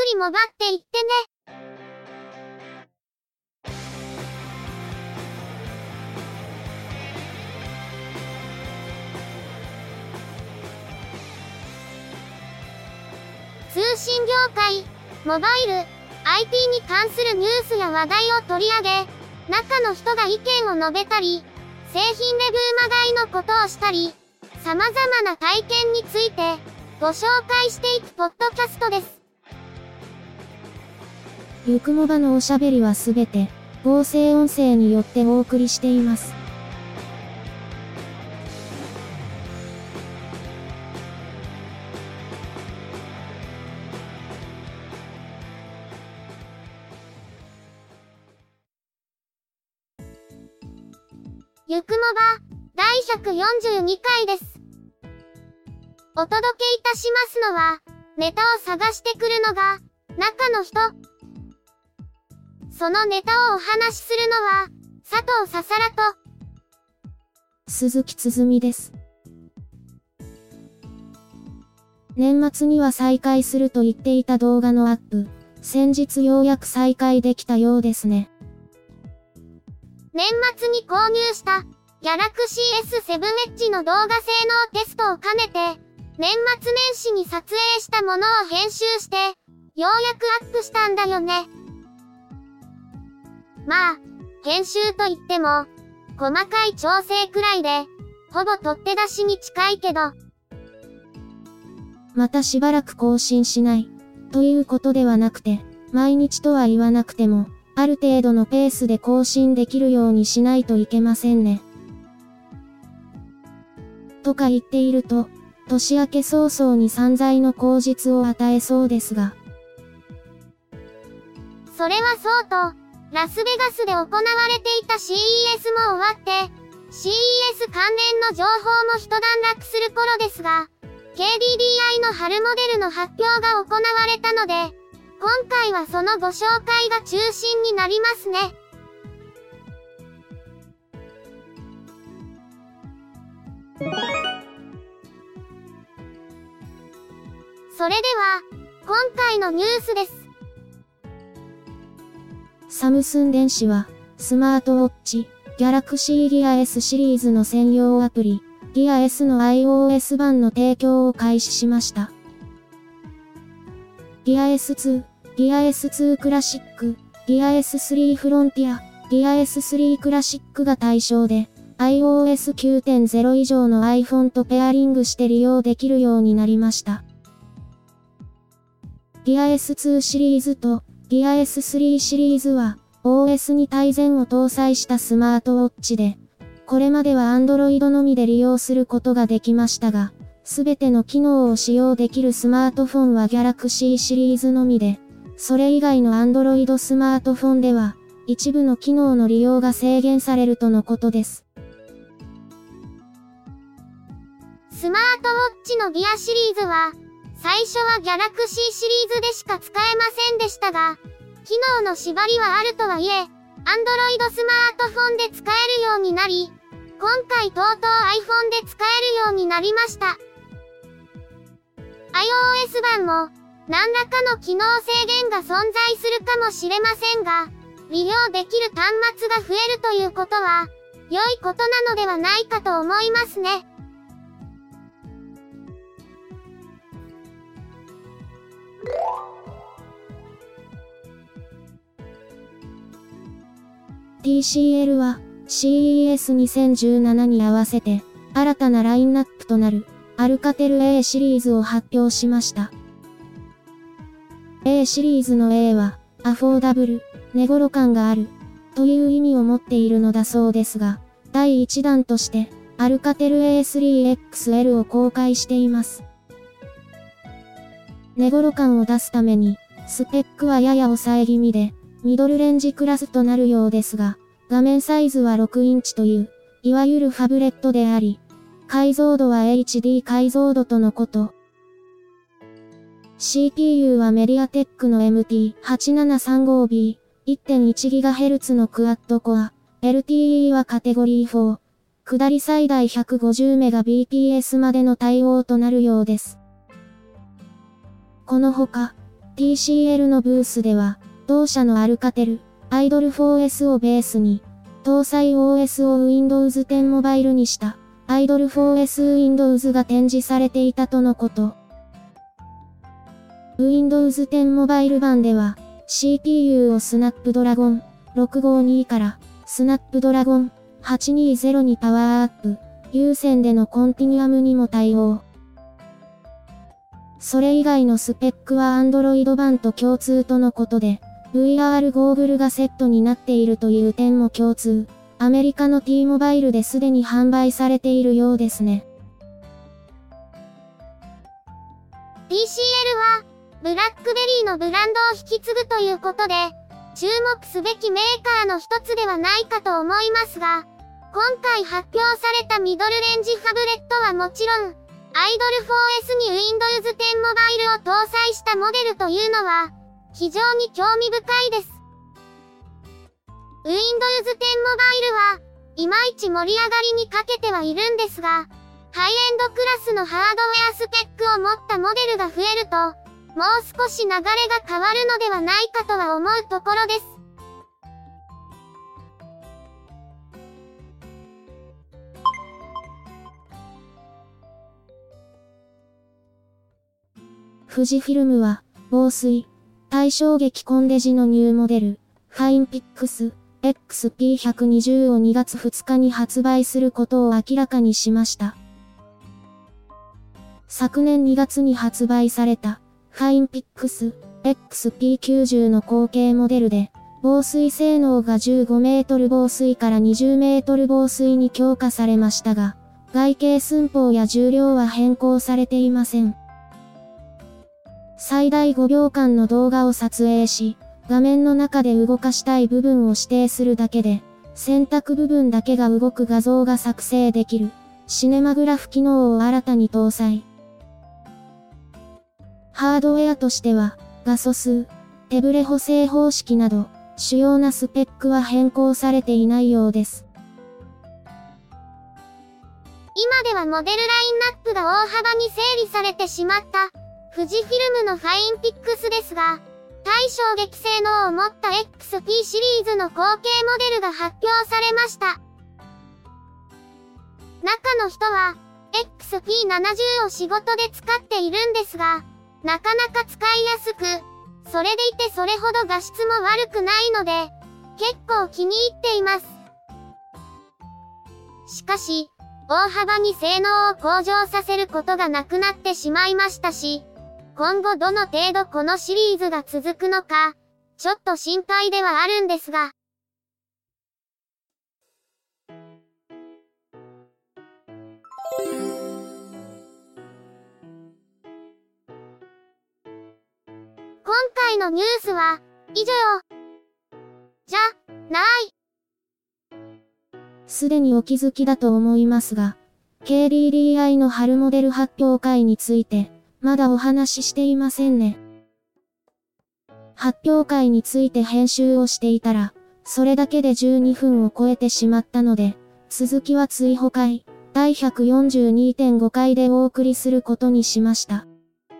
りもばっていってね。通信業界、モバイル、IT に関するニュースや話題を取り上げ、中の人が意見を述べたり、製品レビューまがいのことをしたり、様々な体験についてご紹介していくポッドキャストです。 ゆくもばのおしゃべりはすべて合成音声によってお送りしています。 ゆくもば第142回です。お届けいたしますのは、ネタを探してくるのが中の人。そのネタをお話しするのは佐藤ささらと鈴木つづみです。年末には再開すると言っていた動画のアップ、先日ようやく再開できたようですね。 年末に購入したギャラクシー S7 エッジの動画性能テストを兼ねて、年末年始に撮影したものを編集して、ようやくアップしたんだよね。まあ、編集といっても、細かい調整くらいで、ほぼ取って出しに近いけど。 またしばらく更新しない、ということではなくて、毎日とは言わなくても、ある程度のペースで更新できるようにしないといけませんね。とか言っていると、年明け早々に散財の口実を与えそうですが。 それはそうと、ラスベガスで行われていた CES も終わって、CES 関連の情報も一段落する頃ですが、KDDI の春モデルの発表が行われたので、今回はそのご紹介が中心になりますね。それでは、今回のニュースです。 サムスン電子は、スマートウォッチ、ギャラクシーギア S シリーズの専用アプリ、ギア S の iOS 版の提供を開始しました。ギア S2、ギア S2 クラシック、ギア S3 フロンティア、ギア S3 クラシックが対象で、iOS 9.0 以上の iPhone とペアリングして利用できるようになりました。ギア S2 シリーズとギア S3 シリーズは OS に大全を搭載したスマートウォッチで、これまでは Android のみで利用することができましたが、すべての機能を使用できるスマートフォンは Galaxy シリーズのみで、それ以外の Android スマートフォンでは、一部の機能の利用が制限されるとのことです。 スマートウォッチのギアシリーズは、最初は Galaxy シリーズでしか使えませんでしたが、機能の縛りはあるとはいえ、Android スマートフォンで使えるようになり、今回とうとう iPhone で使えるようになりました。iOS 版も、何らかの機能制限が存在するかもしれませんが、利用できる端末が増えるということは、良いことなのではないかと思いますね。 TCL は CES2017 に合わせて新たなラインナップとなるアルカテル A シリーズを発表しました。A シリーズの A はアフォーダブル、値頃感があるという意味を持っているのだそうですが、第1弾としてアルカテル A3XL を公開しています。値頃感を出すためにスペックはやや抑え気味でミドルレンジクラスとなるようですが、画面サイズは6インチという、いわゆるファブレットであり、解像度は HD 解像度とのこと。CPU はメディアテックの MT8735B、1.1GHz のクアッドコア、LTE はカテゴリー4、下り最大 150Mbps までの対応となるようです。このほか、 TCL のブースでは、同社のアルカテル、アイドル 4S をベースに、搭載 OS を Windows 10モバイルにした、アイドル 4S Windows が展示されていたとのこと。Windows 10モバイル版では、CPU をスナップドラゴン652からスナップドラゴン820にパワーアップ、有線でのコンティニュアムにも対応。それ以外のスペックは Android 版と共通とのことで、VR ゴーグルがセットになっているという点も共通。アメリカの T モバイルですでに販売されているようですね。 TCL は、ブラックベリーのブランドを引き継ぐということで、注目すべきメーカーの一つではないかと思いますが、今回発表されたミドルレンジファブレットはもちろん、アイドル 4S に Windows 10モバイルを搭載したモデルというのは、非常に興味深いです。Windows 10モバイルは、いまいち盛り上がりに欠けてはいるんですが、ハイエンドクラスのハードウェアスペックを持ったモデルが増えると、もう少し流れが変わるのではないかとは思うところです。 富士フィルムは、防水、耐衝撃コンデジのニューモデル、ファインピックス XP120 を2月2日に発売することを明らかにしました。昨年2月に発売された、ファインピックス XP90 の後継モデルで、防水性能が15メートル防水から20メートル防水に強化されましたが、外形寸法や重量は変更されていません。最大5秒間の動画を撮影し、画面の中で動かしたい部分を指定するだけで、選択部分だけが動く画像が作成できる、シネマグラフ機能を新たに搭載。ハードウェアとしては、画素数、手ブレ補正方式など、主要なスペックは変更されていないようです。 今ではモデルラインナップが大幅に整理されてしまった、富士フィルムのファインピックスですが、耐衝撃性能を持った XP シリーズの後継モデルが発表されました。中の人は、XP70 を仕事で使っているんですが、なかなか使いやすく、それでいてそれほど画質も悪くないので、結構気に入っています。しかし、大幅に性能を向上させることがなくなってしまいましたし、今後どの程度このシリーズが続くのか、ちょっと心配ではあるんですが。今回のニュースは、以上。じゃ、ない。 すでにお気づきだと思いますが、KDDI の春モデル発表会について、まだお話ししていませんね。発表会について編集をしていたら、それだけで12分を超えてしまったので、続きは追放会、第 142.5 回でお送りすることにしました。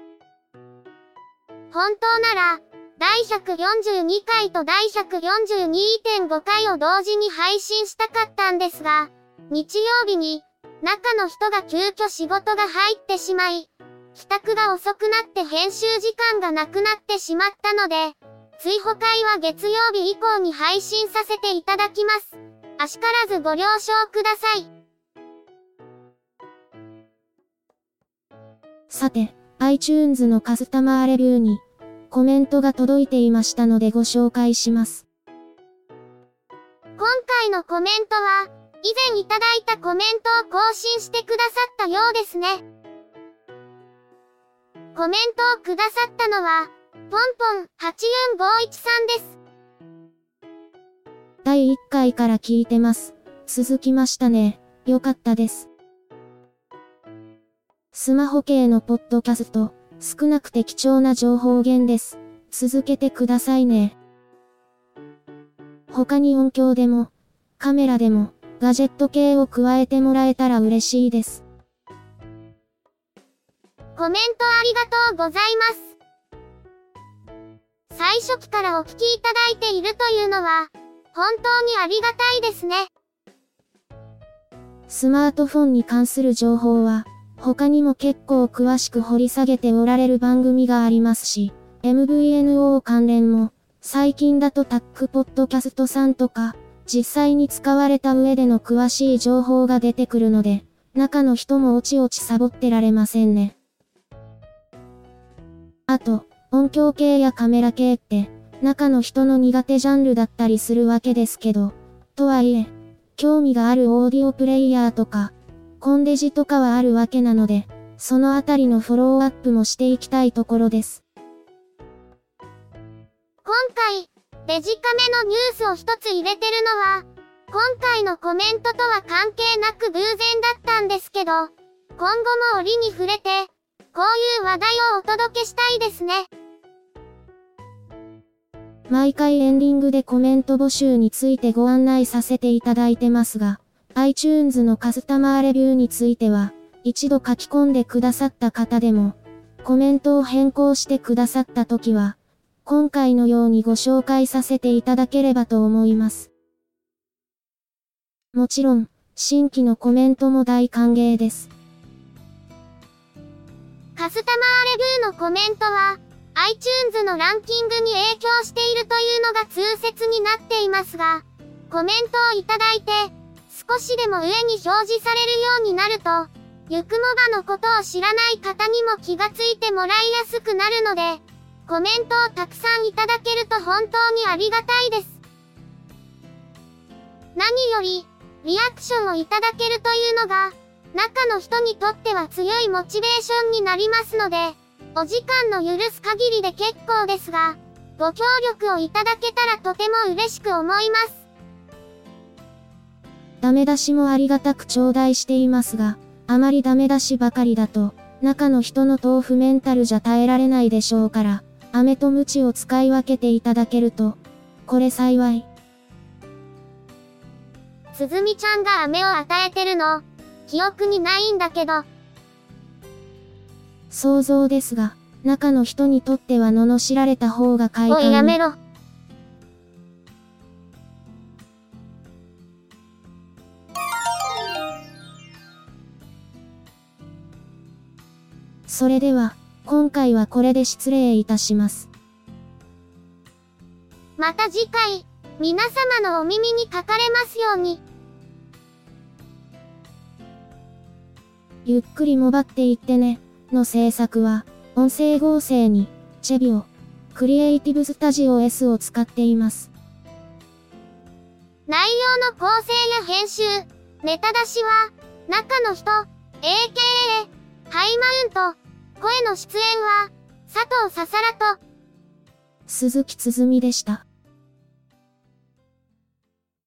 本当なら、第142回と第 142.5 回を同時に配信したかったんですが、日曜日に、中の人が急遽仕事が入ってしまい、帰宅が遅くなって編集時間がなくなってしまったので、追放会は月曜日以降に配信させていただきます。あしからずご了承ください。 さて、iTunes のカスタマーレビューにコメントが届いていましたのでご紹介します。 今回のコメントは、以前いただいたコメントを更新してくださったようですね。コメントをくださったのは、ポンポン8451さんです。 第1回から聞いてます。続きましたね。よかったです。スマホ系のポッドキャスト、少なくて貴重な情報源です。続けてくださいね。他に音響でも、カメラでも、ガジェット系を加えてもらえたら嬉しいです。 コメントありがとうございます。 最初期からお聞きいただいているというのは、本当にありがたいですね。 スマートフォンに関する情報は、他にも結構詳しく掘り下げておられる番組がありますし、MVNO 関連も、最近だとタックポッドキャストさんとか、実際に使われた上での詳しい情報が出てくるので、中の人もおちおちサボってられませんね。あと、音響系やカメラ系って、中の人の苦手ジャンルだったりするわけですけど、とはいえ、興味があるオーディオプレイヤーとか、コンデジとかはあるわけなので、そのあたりのフォローアップもしていきたいところです。 今回、デジカメのニュースを一つ入れてるのは、今回のコメントとは関係なく偶然だったんですけど、今後も折に触れて、こういう話題をお届けしたいですね。 毎回エンディングでコメント募集についてご案内させていただいてますが、iTunes のカスタマーレビューについては、一度書き込んでくださった方でも、コメントを変更してくださった時は、今回のようにご紹介させていただければと思います。もちろん、新規のコメントも大歓迎です。 カスタマーレビューのコメントは、iTunes のランキングに影響しているというのが通説になっていますが、コメントをいただいて、少しでも上に表示されるようになると、ゆくもばのことを知らない方にも気がついてもらいやすくなるので、コメントをたくさんいただけると本当にありがたいです。何より、リアクションをいただけるというのが、中の人にとっては強いモチベーションになりますので、お時間の許す限りで結構ですが、ご協力をいただけたらとても嬉しく思います。 ダメ出しもありがたく頂戴していますが、あまりダメ出しばかりだと、中の人の豆腐メンタルじゃ耐えられないでしょうから、飴と鞭を使い分けていただけると、これ幸い。 すずみちゃんが飴を与えてるの、記憶にないんだけど。 想像ですが、中の人にとっては罵られた方が快感に。 おいやめろ。 それでは、今回はこれで失礼いたします。 また次回、皆様のお耳にかかれますように。 ゆっくりもばっていってね、の制作は、音声合成に、チェビオ、クリエイティブスタジオ S を使っています。 内容の構成や編集、ネタ出しは、中の人、AKA、ハイマウント、声の出演は、佐藤ささらと、 鈴木つづみでした。